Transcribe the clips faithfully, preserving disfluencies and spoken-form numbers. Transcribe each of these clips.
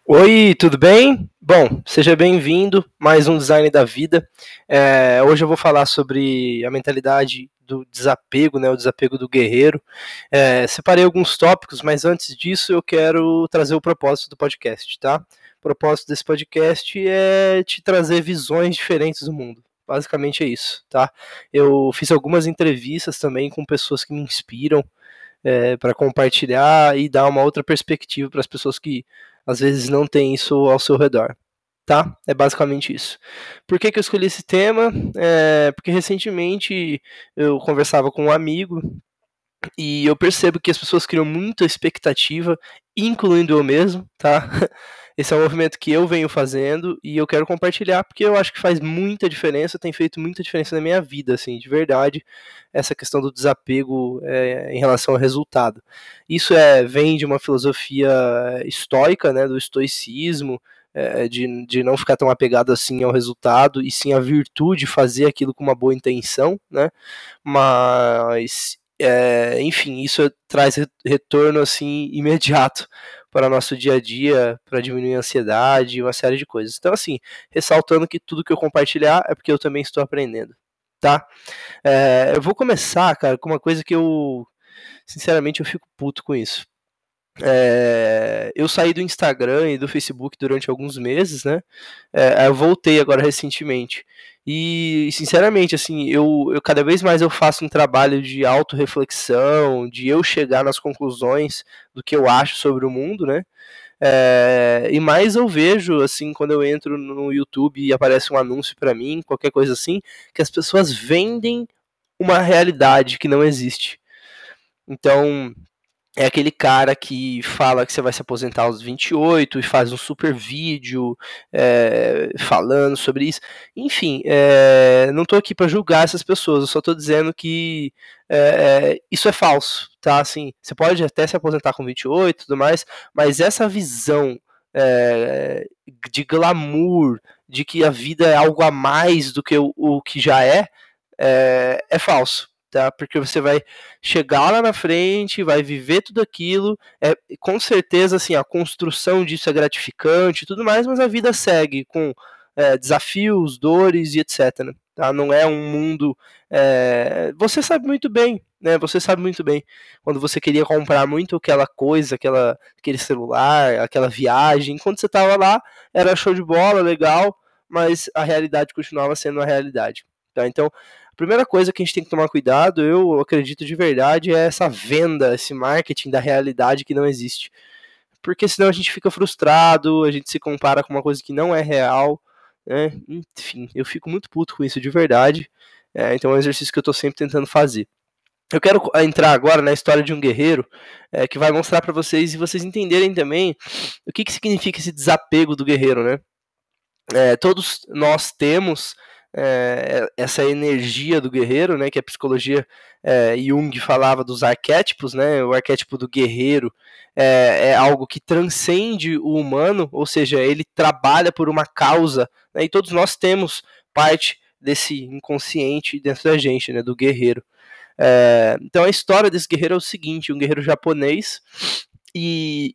Oi, tudo bem? Bom, seja bem-vindo, mais um Design da Vida. É, hoje eu vou falar sobre a mentalidade do desapego, né, o desapego do guerreiro. É, separei alguns tópicos, mas antes disso eu quero trazer o propósito do podcast, tá? O propósito desse podcast é te trazer visões diferentes do mundo. Basicamente é isso, tá? Eu fiz algumas entrevistas também com pessoas que me inspiram, é, para compartilhar e dar uma outra perspectiva para as pessoas que às vezes não têm isso ao seu redor, tá? É basicamente isso. Por que, que eu escolhi esse tema? É, porque recentemente eu conversava com um amigo e eu percebo que as pessoas criam muita expectativa, incluindo eu mesmo, tá? Esse é um movimento que eu venho fazendo e eu quero compartilhar porque eu acho que faz muita diferença, tem feito muita diferença na minha vida, assim, de verdade, essa questão do desapego é, em relação ao resultado. Isso é, vem de uma filosofia estoica, né, do estoicismo, é, de, de não ficar tão apegado assim ao resultado e sim à virtude de fazer aquilo com uma boa intenção, né? Mas é, enfim, isso traz retorno assim imediato para o nosso dia a dia, para diminuir a ansiedade e uma série de coisas. Então, assim, ressaltando que tudo que eu compartilhar é porque eu também estou aprendendo, tá? É, eu vou começar, cara, com uma coisa que eu, sinceramente, eu fico puto com isso. É, eu saí do Instagram e do Facebook durante alguns meses, né? É, eu voltei agora recentemente. E, sinceramente, assim, eu, eu cada vez mais eu faço um trabalho de autorreflexão, de eu chegar nas conclusões do que eu acho sobre o mundo, né? É, e mais eu vejo, assim, quando eu entro no YouTube e aparece um anúncio para mim, qualquer coisa assim, que as pessoas vendem uma realidade que não existe. Então, é aquele cara que fala que você vai se aposentar aos vinte e oito e faz um super vídeo é, falando sobre isso. Enfim, é, não estou aqui para julgar essas pessoas, eu só estou dizendo que é, isso é falso, tá? Assim, você pode até se aposentar com vinte e oito e tudo mais, mas essa visão é, de glamour, de que a vida é algo a mais do que o, o que já é, é, é falso, tá? Porque você vai chegar lá na frente, vai viver tudo aquilo, é, com certeza, assim, a construção disso é gratificante e tudo mais, mas a vida segue com é, desafios, dores e etcétera. Tá? Não é um mundo... É, você sabe muito bem, né? Você sabe muito bem quando você queria comprar muito aquela coisa, aquela, aquele celular, aquela viagem, quando você estava lá, era show de bola, legal, mas a realidade continuava sendo a realidade. Tá? Então, a primeira coisa que a gente tem que tomar cuidado, eu acredito de verdade, é essa venda, esse marketing da realidade que não existe. Porque senão a gente fica frustrado, a gente se compara com uma coisa que não é real, né? Enfim, eu fico muito puto com isso de verdade. É, então é um exercício que eu estou sempre tentando fazer. Eu quero entrar agora na história de um guerreiro é, que vai mostrar para vocês e vocês entenderem também o que, que significa esse desapego do guerreiro, né? É, todos nós temos é, essa energia do guerreiro, né, que a psicologia é, Jung falava dos arquétipos, né, o arquétipo do guerreiro é, é algo que transcende o humano, ou seja, ele trabalha por uma causa, né, e todos nós temos parte desse inconsciente dentro da gente, né, do guerreiro. É, então a história desse guerreiro é o seguinte, um guerreiro japonês, e,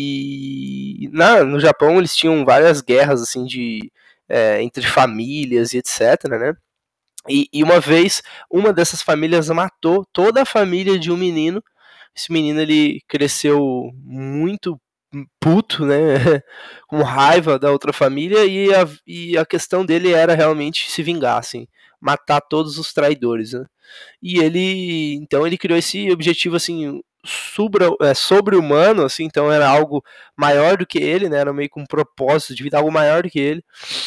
e na, no Japão eles tinham várias guerras assim de é, entre famílias e etcétera, né? E, e uma vez uma dessas famílias matou toda a família de um menino. Esse menino ele cresceu muito puto, né? Com raiva da outra família e a, e a questão dele era realmente se vingar, assim, matar todos os traidores, né? E ele, então ele criou esse objetivo assim sobre, é, sobre-humano, assim, então era algo maior do que ele, né? Era meio que um propósito de vida, algo maior do que ele.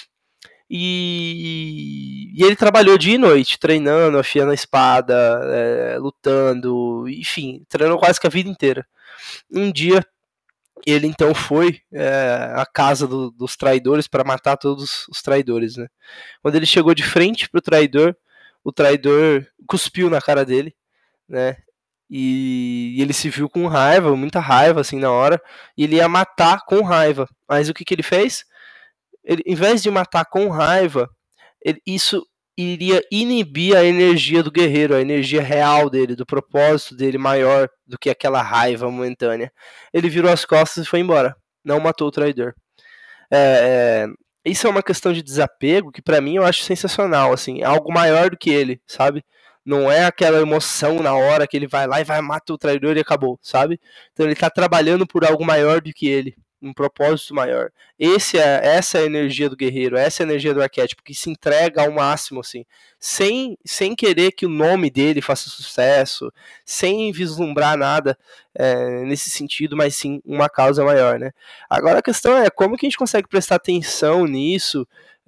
E, e ele trabalhou dia e noite, treinando, afiando a espada, é, lutando, enfim, treinou quase que a vida inteira. Um dia ele então foi é, à casa do, dos traidores para matar todos os traidores, né? Quando ele chegou de frente pro traidor, o traidor cuspiu na cara dele, né? E, e ele se viu com raiva, muita raiva assim na hora, e ele ia matar com raiva. Mas o que, que ele fez? Ele, em vez de matar com raiva, ele, isso iria inibir a energia do guerreiro, a energia real dele, do propósito dele maior do que aquela raiva momentânea. Ele virou as costas e foi embora. Não matou o traidor. É, é, isso é uma questão de desapego que pra mim eu acho sensacional, assim, é algo maior do que ele, sabe? Não é aquela emoção na hora que ele vai lá e vai matar o traidor e acabou, sabe? Então ele tá trabalhando por algo maior do que ele, um propósito maior. Esse é, essa é a energia do guerreiro, essa é a energia do arquétipo, que se entrega ao máximo, assim, sem, sem querer que o nome dele faça sucesso, sem vislumbrar nada é, nesse sentido, mas sim uma causa maior, né? Agora a questão é como que a gente consegue prestar atenção nisso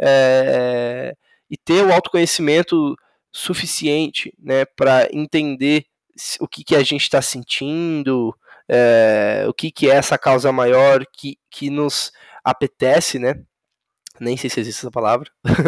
é, e ter o autoconhecimento suficiente, né, para entender o que, que a gente está sentindo, é, o que, que é essa causa maior que, que nos apetece, né? Nem sei se existe essa palavra.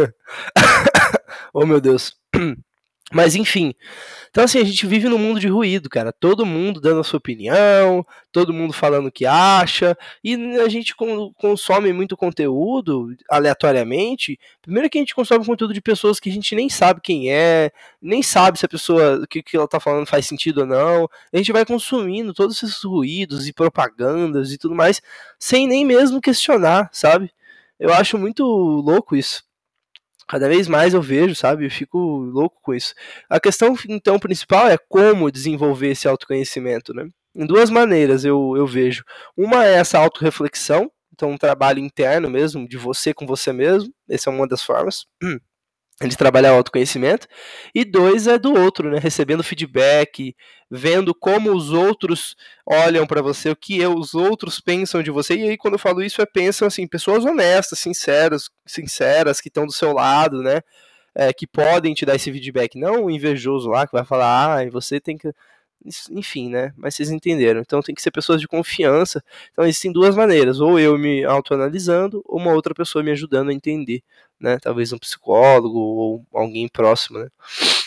Oh, meu Deus. Mas enfim, então assim, a gente vive num mundo de ruído, cara. Todo mundo dando a sua opinião, todo mundo falando o que acha, e a gente consome muito conteúdo aleatoriamente. Primeiro que a gente consome conteúdo de pessoas que a gente nem sabe quem é, nem sabe se a pessoa, o que, que ela tá falando faz sentido ou não. A gente vai consumindo todos esses ruídos e propagandas e tudo mais, sem nem mesmo questionar, sabe? Eu acho muito louco isso. Cada vez mais eu vejo, sabe? Eu fico louco com isso. A questão, então, principal é como desenvolver esse autoconhecimento, né? Em duas maneiras eu, eu vejo. Uma é essa autorreflexão, então um trabalho interno mesmo, de você com você mesmo. Essa é uma das formas de trabalhar o autoconhecimento. E dois é do outro, né? Recebendo feedback, vendo como os outros olham para você, o que os outros pensam de você. E aí, quando eu falo isso, é pensam assim, pessoas honestas, sinceras, sinceras, que estão do seu lado, né? É, que podem te dar esse feedback, não o invejoso lá que vai falar, ah, você tem que. Enfim, né? Mas vocês entenderam. Então tem que ser pessoas de confiança. Então existem duas maneiras: ou eu me autoanalisando, ou uma outra pessoa me ajudando a entender, né? Talvez um psicólogo ou alguém próximo, né?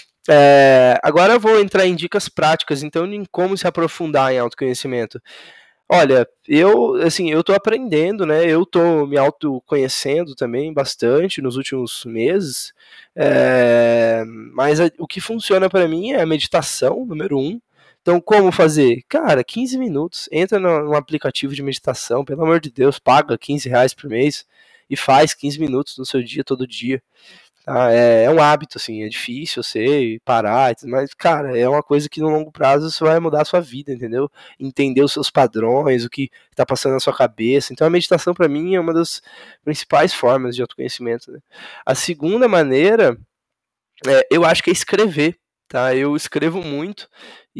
É, agora eu vou entrar em dicas práticas, então, em como se aprofundar em autoconhecimento. Olha, eu, assim, eu tô aprendendo, né? Eu tô me autoconhecendo também bastante nos últimos meses. É, mas a, o que funciona para mim é a meditação, número um. Então, como fazer? Cara, quinze minutos. Entra no, num aplicativo de meditação, pelo amor de Deus, paga quinze reais por mês e faz quinze minutos no seu dia, todo dia. Tá? É, é um hábito, assim, é difícil, eu sei, parar, mas, cara, é uma coisa que no longo prazo isso vai mudar a sua vida, entendeu? Entender os seus padrões, o que está passando na sua cabeça. Então a meditação, para mim, é uma das principais formas de autoconhecimento, né? A segunda maneira, é, eu acho que é escrever, tá? Eu escrevo muito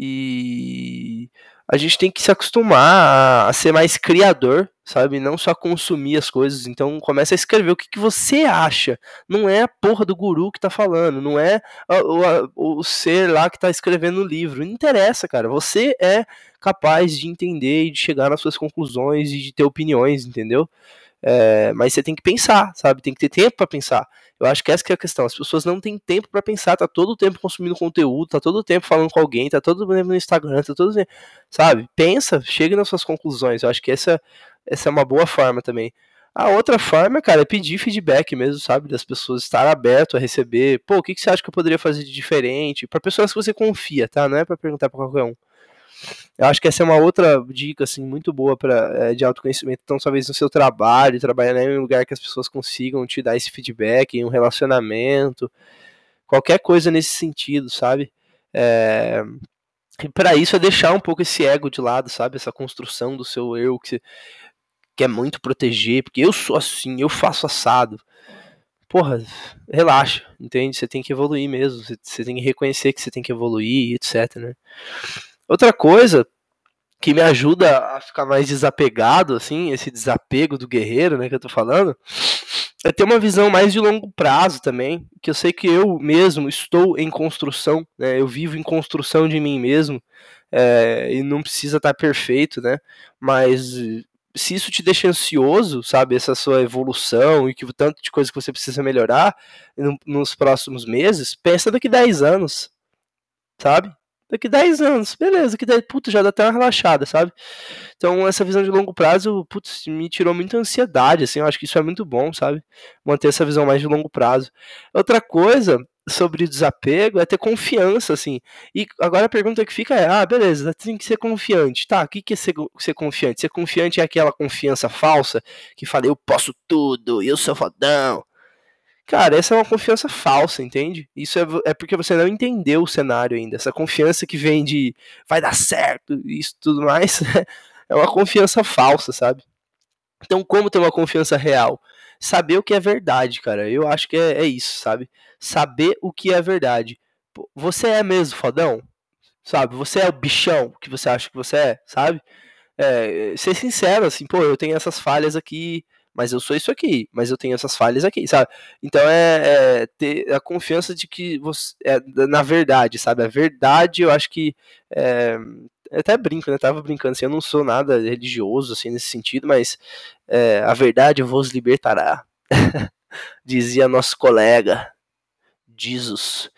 e a gente tem que se acostumar a, a ser mais criador, sabe? Não só consumir as coisas. Então começa a escrever o que, que você acha. Não é a porra do guru que tá falando, não é a, o, a, o ser lá que tá escrevendo o livro. Não interessa, cara. Você é capaz de entender e de chegar nas suas conclusões e de ter opiniões, entendeu? É, mas você tem que pensar, sabe? Tem que ter tempo para pensar. Eu acho que essa que é a questão. As pessoas não têm tempo para pensar, tá todo o tempo consumindo conteúdo, tá todo o tempo falando com alguém, tá todo o tempo no Instagram, tá todo o tempo, sabe? Pensa, chega nas suas conclusões. Eu acho que essa, essa é uma boa forma também. A outra forma, cara, é pedir feedback mesmo, sabe? Das pessoas estar aberto a receber. Pô, o que, que você acha que eu poderia fazer de diferente? Para pessoas que você confia, tá? Não é para perguntar para qualquer um. Eu acho que essa é uma outra dica, assim, muito boa pra, é, de autoconhecimento. Então, talvez no seu trabalho, trabalhar em um lugar que as pessoas consigam te dar esse feedback, em um relacionamento, qualquer coisa nesse sentido, sabe? É... E para isso é deixar um pouco esse ego de lado, sabe? Essa construção do seu eu que você quer muito proteger, porque eu sou assim, eu faço assado. Porra, relaxa, entende? Você tem que evoluir mesmo, você tem que reconhecer que você tem que evoluir, etc, né? Outra coisa que me ajuda a ficar mais desapegado, assim, esse desapego do guerreiro, né, que eu tô falando, é ter uma visão mais de longo prazo também, que eu sei que eu mesmo estou em construção, né, eu vivo em construção de mim mesmo, é, e não precisa estar perfeito, né, mas se isso te deixa ansioso, sabe, essa sua evolução e que o tanto de coisa que você precisa melhorar no, nos próximos meses, pensa daqui dez anos, sabe? Daqui dez anos, beleza, daqui dez, puta, já dá até uma relaxada, sabe? Então, essa visão de longo prazo, putz, me tirou muita ansiedade, assim, eu acho que isso é muito bom, sabe? Manter essa visão mais de longo prazo. Outra coisa sobre o desapego é ter confiança, assim. E agora a pergunta que fica é, ah, beleza, tem que ser confiante. Tá, o que, que é ser, ser confiante? Ser confiante é aquela confiança falsa que fala, eu posso tudo, eu sou fodão. Cara, essa é uma confiança falsa, entende? Isso é, é porque você não entendeu o cenário ainda. Essa confiança que vem de vai dar certo, isso tudo mais, é uma confiança falsa, sabe? Então, como ter uma confiança real? Saber o que é verdade, cara. Eu acho que é, é isso, sabe? Saber o que é verdade. Pô, você é mesmo fodão? Sabe? Você é o bichão que você acha que você é, sabe? É, ser sincero, assim, pô, eu tenho essas falhas aqui, mas eu sou isso aqui, mas eu tenho essas falhas aqui, sabe? Então é, é ter a confiança de que você é na verdade, sabe? A verdade, eu acho que é, eu até brinco, né? Tava brincando assim, eu não sou nada religioso assim nesse sentido, mas é, a verdade vos libertará, dizia nosso colega Jesus.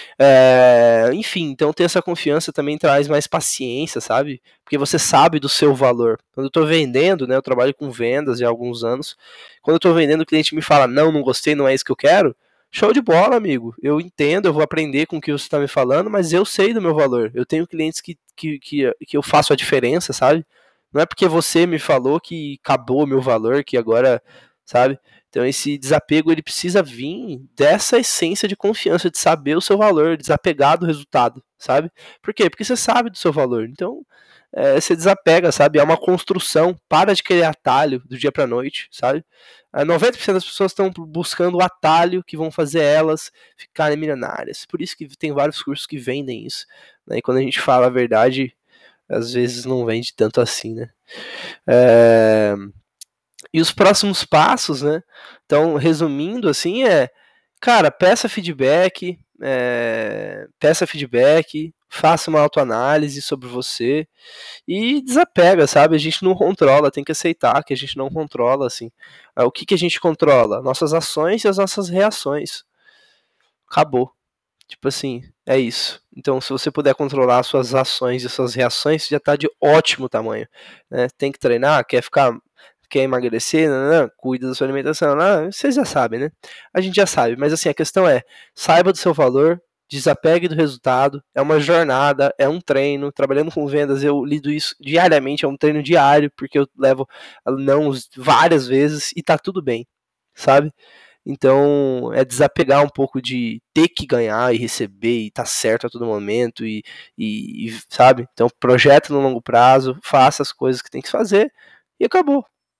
É, enfim, então ter essa confiança também traz mais paciência, sabe? Porque você sabe do seu valor. Quando eu tô vendendo, né? Eu trabalho com vendas já há alguns anos. Quando eu tô vendendo, o cliente me fala, não, não gostei, não é isso que eu quero. Show de bola, amigo. Eu entendo, eu vou aprender com o que você está me falando, mas eu sei do meu valor. Eu tenho clientes que, que, que, que eu faço a diferença, sabe? Não é porque você me falou que acabou o meu valor, que agora, sabe? Então esse desapego ele precisa vir dessa essência de confiança, de saber o seu valor, desapegar do resultado, sabe? Por quê? Porque você sabe do seu valor. Então é, você desapega, sabe? É uma construção. Para de querer atalho do dia para noite, sabe? noventa por cento das pessoas estão buscando o atalho que vão fazer elas ficarem milionárias. Por isso que tem vários cursos que vendem isso. Né? E quando a gente fala a verdade, às vezes não vende tanto assim, né? É... E os próximos passos, né? Então, resumindo, assim, é, cara, peça feedback, é, peça feedback, faça uma autoanálise sobre você e desapega, sabe? A gente não controla, tem que aceitar que a gente não controla, assim. O que, que a gente controla? Nossas ações e as nossas reações. Acabou. Tipo assim, é isso. Então, se você puder controlar suas ações e suas reações, já está de ótimo tamanho. Né? Tem que treinar, quer ficar, quer emagrecer, não, não, não, cuida da sua alimentação, não, vocês já sabem, né? A gente já sabe, mas assim, a questão é, saiba do seu valor, desapegue do resultado, é uma jornada, é um treino, trabalhando com vendas eu lido isso diariamente, é um treino diário, porque eu levo não várias vezes e tá tudo bem, sabe? Então, é desapegar um pouco de ter que ganhar e receber e tá certo a todo momento e, e, e sabe? Então, projeta no longo prazo, faça as coisas que tem que fazer e acabou.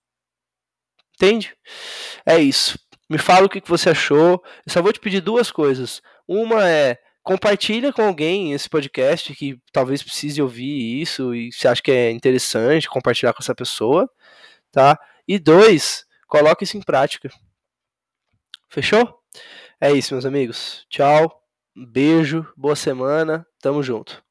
Entende? É isso. Me fala o que você achou. Eu só vou te pedir duas coisas. Uma é compartilha com alguém esse podcast que talvez precise ouvir isso e você acha que é interessante compartilhar com essa pessoa, tá? E dois, coloque isso em prática. Fechou? É isso, meus amigos. Tchau. Um beijo, boa semana. Tamo junto.